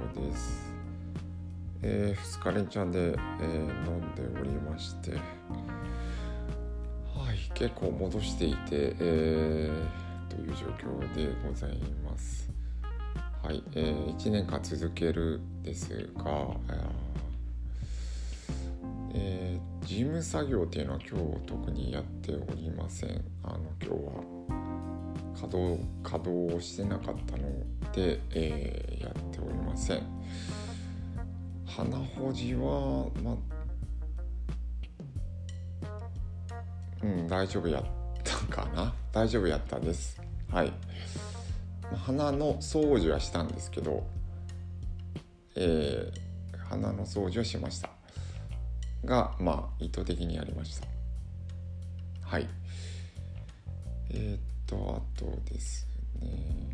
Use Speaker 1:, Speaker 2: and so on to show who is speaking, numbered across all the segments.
Speaker 1: です。2日連チャンで、飲んでおりまして、結構戻していて、という状況でございます。1年間続けるですが、事務作業っていうのは今日特にやっておりません。今日は稼働をしてなかったので、やっておりません。鼻ほじは、大丈夫やったかな。大丈夫やったです。鼻の掃除はしたんですけど、鼻の掃除をしましたが、意図的にやりました。あとですね、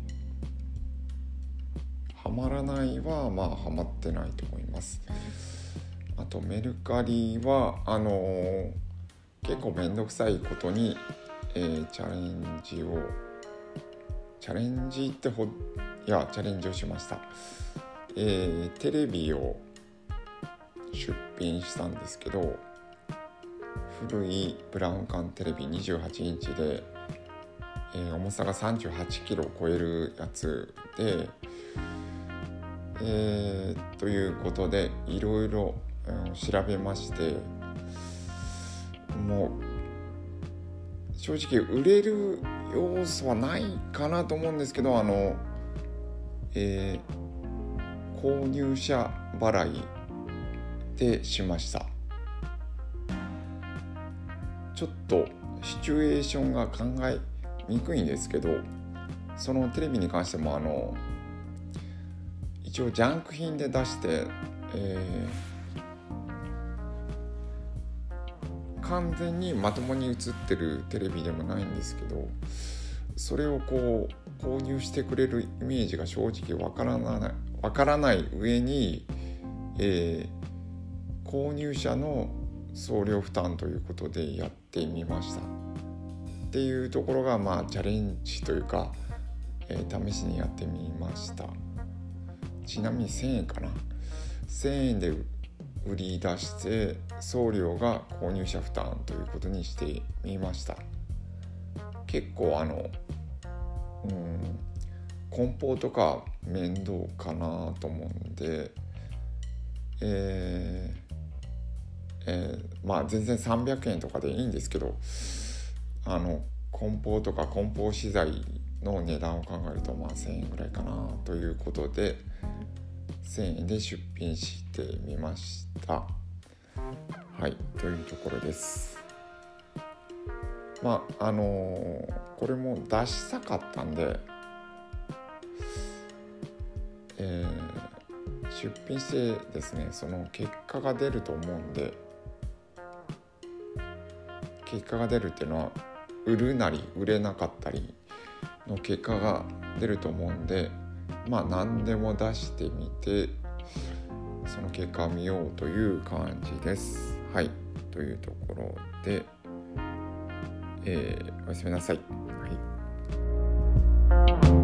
Speaker 1: ハマらないはハマってないと思います。あとメルカリは結構めんどくさいことに、チャレンジをしました。テレビを出品したんですけど、古いブラウン管テレビ28インチで、重さが38キロを超えるやつで、ということでいろいろ調べまして、もう正直売れる要素はないかなと思うんですけど、購入者払いでしました。ちょっとシチュエーションが考えにくいんですけど、そのテレビに関しても一応ジャンク品で出して、完全にまともに映ってるテレビでもないんですけど、それを購入してくれるイメージが正直わからない上に、購入者の送料負担ということでやってみましたっていうところがチャレンジというか、試しにやってみました。ちなみに1000円かな。1000円で売り出して送料が購入者負担ということにしてみました。結構梱包とか面倒かなと思うんで、全然300円とかでいいんですけど、梱包とか梱包資材の値段を考えると1000円ぐらいかなということで1000円で出品してみました。というところです。これも出したかったんで、出品してですね、その結果が出ると思うんで、結果が出るっていうのは売るなり売れなかったりの結果が出ると思うんで、何でも出してみてその結果を見ようという感じです。というところで、おやすみなさい。